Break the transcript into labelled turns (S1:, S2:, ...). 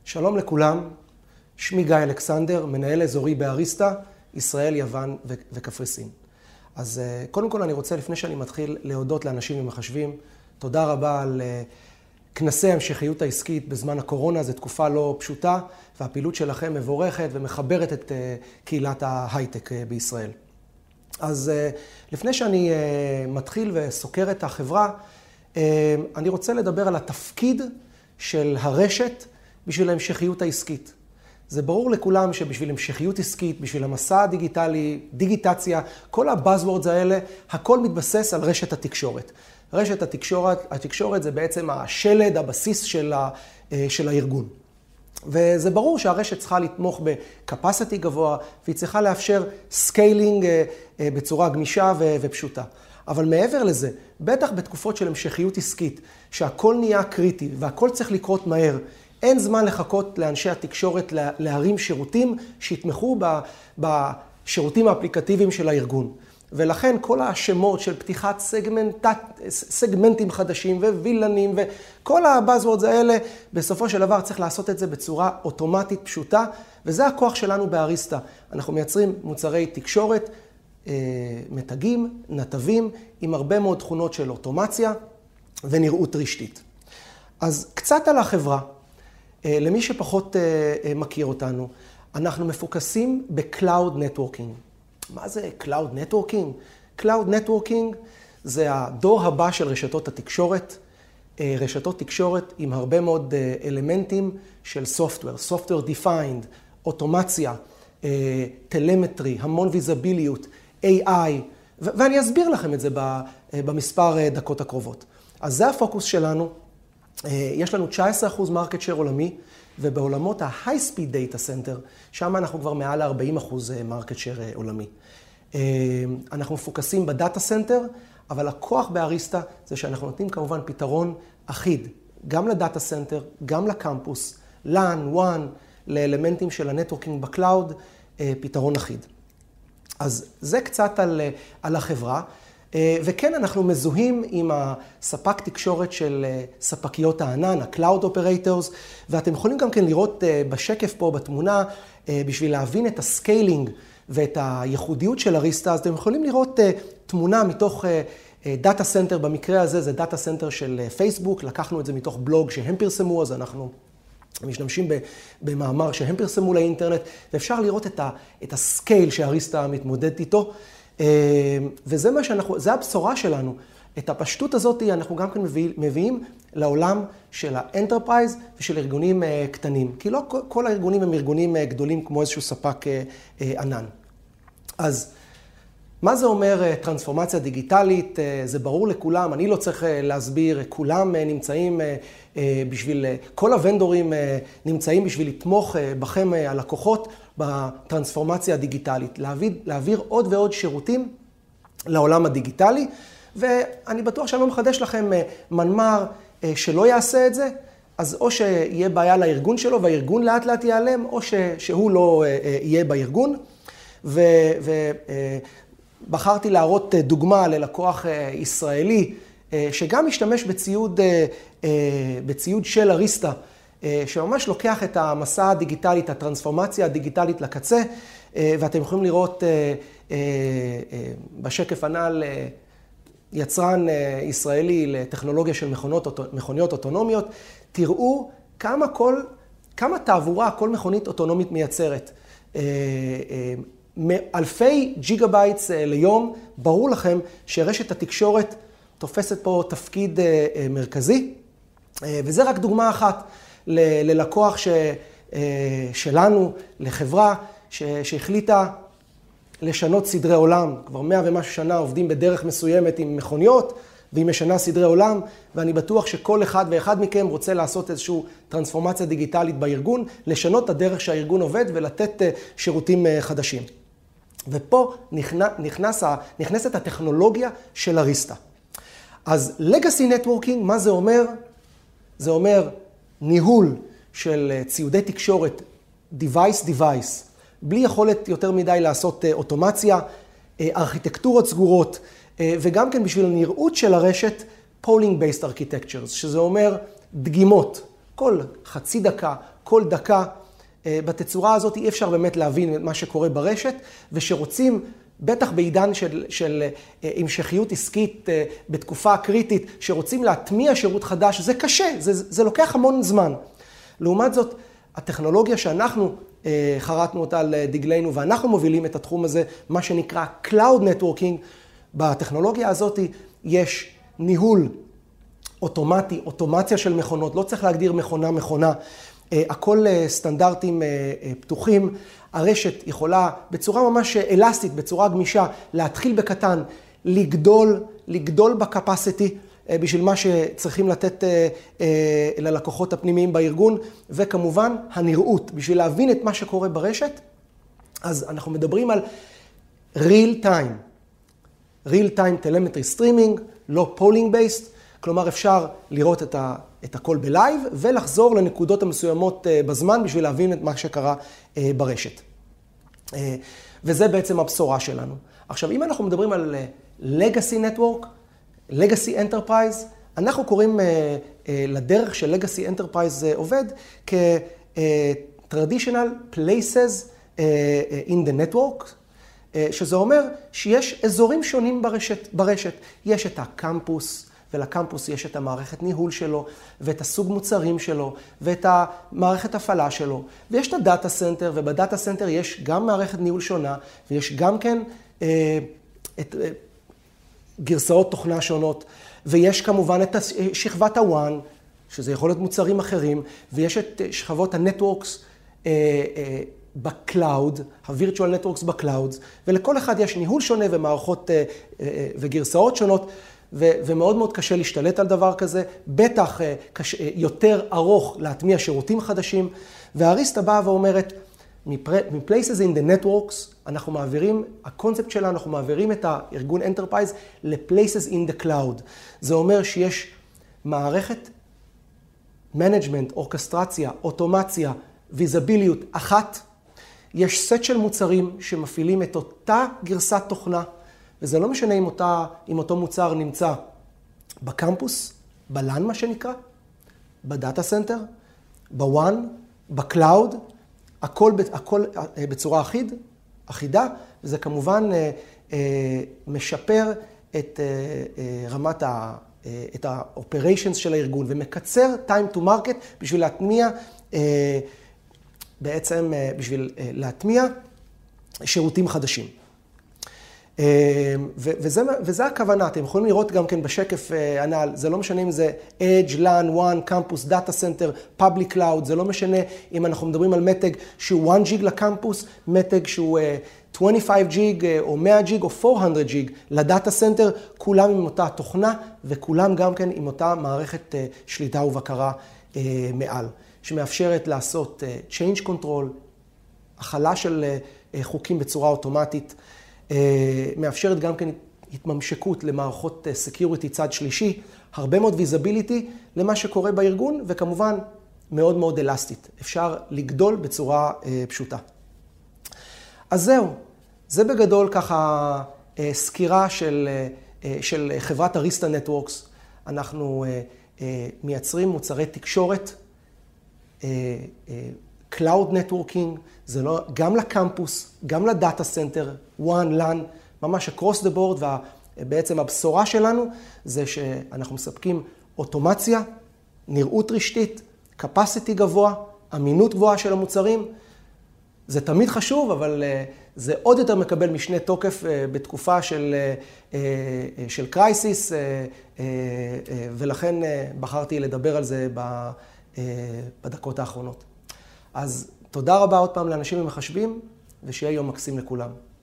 S1: שלום לכולם, שמי גיא אלכסנדר, מנהל אזורי באריסטה, ישראל, יוון וקפריסין. אז קודם כל אני רוצה, לפני שאני מתחיל, להודות לאנשים ומחשבים. תודה רבה על כנסי המשכיות העסקית בזמן הקורונה, זו תקופה לא פשוטה, והפעילות שלכם מבורכת ומחברת את קהילת ההייטק בישראל. אז לפני שאני מתחיל וסוקר את החברה, אני רוצה לדבר על התפקיד של הרשת בשביל ההמשכיות העסקית. זה ברור לכולם שבשביל המשכיות עסקית, בשביל המסע הדיגיטלי, דיגיטציה, כל הבאזוורדס האלה, הכל מתבסס על רשת התקשורת. רשת התקשורת זה בעצם השלד, הבסיס של הארגון. וזה ברור שהרשת צריכה לתמוך בקפסיטי גבוה, והיא צריכה לאפשר סקיילינג בצורה גמישה ופשוטה. אבל מעבר לזה, בטח בתקופות של המשכיות עסקית, שהכל נהיה קריטי והכל צריך לקרות מהר, אין זמן לחכות לאנשי התקשורת להרים שירותים שיתמכו בשירותים האפליקטיביים של הארגון. ולכן כל השמות של פתיחת סגמנטים חדשים ווילנים וכל הבאזוורדס האלה, בסופו של דבר צריך לעשות את זה בצורה אוטומטית פשוטה, וזה הכוח שלנו באריסטה. אנחנו מייצרים מוצרי תקשורת, מתגים, נתבים, עם הרבה מאוד תכונות של אוטומציה ונראות רשתית. אז קצת על החברה. למי שפחות מכיר אותנו, אנחנו מפוקסים ב-Cloud Networking. מה זה Cloud Networking? Cloud Networking זה הדור הבא של רשתות התקשורת. רשתות תקשורת עם הרבה מאוד אלמנטים של Software Defined, אוטומציה, טלמטרי, המון ויזביליות, AI, ואני אסביר לכם את זה במספר דקות הקרובות. אז זה הפוקוס שלנו. יש לנו 19% מרקט שייר עולמי, ובעולמות ה-High Speed Data Center, שם אנחנו כבר מעל 40% מרקט שייר עולמי. אנחנו מפוקסים בדאטה סנטר, אבל הכוח באריסטה זה שאנחנו נותנים כמובן פתרון אחיד, גם לדאטה סנטר, גם לקמפוס, LAN, WAN, לאלמנטים של הנטוורקינג בקלאוד, פתרון אחיד. אז זה קצת על החברה. וכן, אנחנו מזוהים עם הספק תקשורת של ספקיות הענן, ה-Cloud Operators, ואתם יכולים גם כן לראות בשקף פה בתמונה, בשביל להבין את הסקיילינג ואת הייחודיות של אריסטה, אז אתם יכולים לראות תמונה מתוך דאטה סנטר, במקרה הזה זה דאטה סנטר של פייסבוק, לקחנו את זה מתוך בלוג שהם פרסמו, אז אנחנו משתמשים במאמר שהם פרסמו לאינטרנט, ואפשר לראות את הסקייל שאריסטה מתמודדת איתו, וזה מה זה הבשורה שלנו. את הפשטות הזאת אנחנו גם כן מביאים לעולם של האנטרפרייז ושל ארגונים קטנים. כי לא כל הארגונים הם ארגונים גדולים כמו איזשהו ספק ענן. אז מה זה אומר טרנספורמציה דיגיטלית? זה ברור לכולם, אני לא צריך להסביר, כולם נמצאים כל הוונדורים נמצאים בשביל לתמוך בכם הלקוחות בטרנספורמציה הדיגיטלית, להעביר עוד ועוד שירותים לעולם הדיגיטלי, ואני בטוח שאני לא מחדש לכם מנמ"ר שלא יעשה את זה, אז או שיהיה בעיה לארגון שלו והארגון לאט לאט ייעלם, או שהוא לא יהיה בארגון, ובחרתי להראות דוגמה ללקוח ישראלי, שגם משתמש בציוד של אריסטה, שממש לוקח את המסע הדיגיטלית, הטרנספורמציה הדיגיטלית לקצה, ואתם יכולים לראות בשקף הנ"ל יצרן ישראלי לטכנולוגיה של מכוניות אוטונומיות. תראו כמה תעבורה כל מכונית אוטונומית מייצרת. אלפי ג'יגה בייטס ליום, ברור לכם שרשת התקשורת תופסת פה תפקיד מרכזי, וזה רק דוגמה אחת ללקוח שלנו, לחברה שהחליטה לשנות סדרי עולם. כבר 100 ומשהו שנה עובדים בדרך מסוימת עם מכוניות, והיא משנה סדרי עולם, ואני בטוח שכל אחד ואחד מכם רוצה לעשות איזושהי טרנספורמציה דיגיטלית בארגון, לשנות את הדרך שהארגון עובד ולתת שירותים חדשים. ופה נכנסת הטכנולוגיה של אריסטה. אז Legacy Networking, מה זה אומר? זה אומר ניהול של ציודי תקשורת, device, בלי יכולת יותר מדי לעשות אוטומציה, ארכיטקטורות סגורות, וגם כן בשביל הנראות של הרשת, polling based architectures, שזה אומר דגימות, כל חצי דקה, כל דקה. בתצורה הזאת אי אפשר באמת להבין את מה שקורה ברשת, ושרוצים, בטח בעידן של המשכיות עסקית בתקופה קריטית, שרוצים להטמיע שירות חדש, זה קשה, זה לוקח המון זמן. לעומת זאת, הטכנולוגיה שאנחנו חרטנו אותה על דגלנו, ואנחנו מובילים את התחום הזה, מה שנקרא Cloud Networking, בטכנולוגיה הזאת יש ניהול אוטומטי, אוטומציה של מכונות, לא צריך להגדיר מכונה, הכל סטנדרטים פתוחים, הרשת יכולה בצורה ממש אלסטית, בצורה גמישה, להתחיל בקטן, לגדול בקפסיטי, בשביל מה שצריכים לתת ללקוחות הפנימיים בארגון, וכמובן הנראות, בשביל להבין את מה שקורה ברשת. אז אנחנו מדברים על real time telemetry streaming, לא polling based, כלומר אפשר לראות את הכל בלייב, ולחזור לנקודות המסוימות בזמן, בשביל להבין את מה שקרה ברשת. וזה בעצם הבשורה שלנו. עכשיו, אם אנחנו מדברים על legacy network, legacy enterprise, אנחנו קוראים לדרך של legacy enterprise עובד כ-traditional places in the network, שזה אומר שיש אזורים שונים ברשת. יש את הקמפוס, ולקמפוס יש את המערכת ניהול שלו, ואת הסוג מוצרים שלו, ואת המערכת הפעלה שלו. ויש את הדאטה סנטר, ובדאטה סנטר יש גם מערכת ניהול שונה, ויש גם כן את גרסאות תוכנה שונות, ויש כמובן את שכבת ה-WAN, שזה יכול להיות מוצרים אחרים, ויש את שכבות הנטוורקס בקלאוד, ה-Virtual Networks בקלאוד, ולכל אחד יש ניהול שונה ומערכות וגרסאות שונות, ומאוד מאוד קשה להשתלט על דבר כזה, בטח יותר ארוך להטמיע שירותים חדשים, והאריסטה באה ואומרת, מ-Places in the Networks, אנחנו מעבירים, הקונספט שלנו, אנחנו מעבירים את הארגון Enterprise ל-Places in the Cloud. זה אומר שיש מערכת Management, אורקסטרציה, אוטומציה, ויזביליות אחת, יש סט של מוצרים שמפעילים את אותה גרסת תוכנה, וזה לא משנה אם אותו מוצר נמצא בקמפוס, בלן מה שנקרא, בדאטה סנטר, בוואן, בקלאוד, הכל בצורה אחידה, וזה כמובן משפר את רמת את ה-operations של הארגון, ומקצר time to market בשביל להטמיע, בעצם בשביל להטמיע שירותים חדשים. וזה הכוונה, אתם יכולים לראות גם כן בשקף הנ"ל, זה לא משנה אם זה Edge, LAN, WAN, Campus, Data Center, Public Cloud, זה לא משנה אם אנחנו מדברים על מתג שהוא 1 ג'יג לקמפוס, מתג שהוא 25 ג'יג או 100 ג'יג או 400 ג'יג לדאטה סנטר, כולם עם אותה תוכנה וכולם גם כן עם אותה מערכת שליטה ובקרה מעל, שמאפשרת לעשות Change Control, החלה של חוקים בצורה אוטומטית, מאפשרת גם כן התממשקות למערכות סקיוריטי צד שלישי, הרבה מאוד ויזביליטי למה שקורה בארגון, וכמובן מאוד מאוד אלסטית. אפשר לגדול בצורה פשוטה. אז זהו, זה בגדול ככה סקירה של חברת אריסטה נטוורקס. אנחנו מייצרים מוצרי תקשורת, Cloud Networking, זה לא, גם לקמפוס, גם לדאטה סנטר, WAN, LAN, ממש across the board, ובעצם הבשורה שלנו זה שאנחנו מספקים אוטומציה, נראות רשתית, capacity גבוה, אמינות גבוהה של המוצרים. זה תמיד חשוב, אבל זה עוד יותר מקבל משנה תוקף בתקופה של קרייסיס, ולכן בחרתי לדבר על זה בדקות האחרונות. אז תודה רבה עוד פעם לאנשים ומחשבים, ושיהיה יום מקסים לכולם.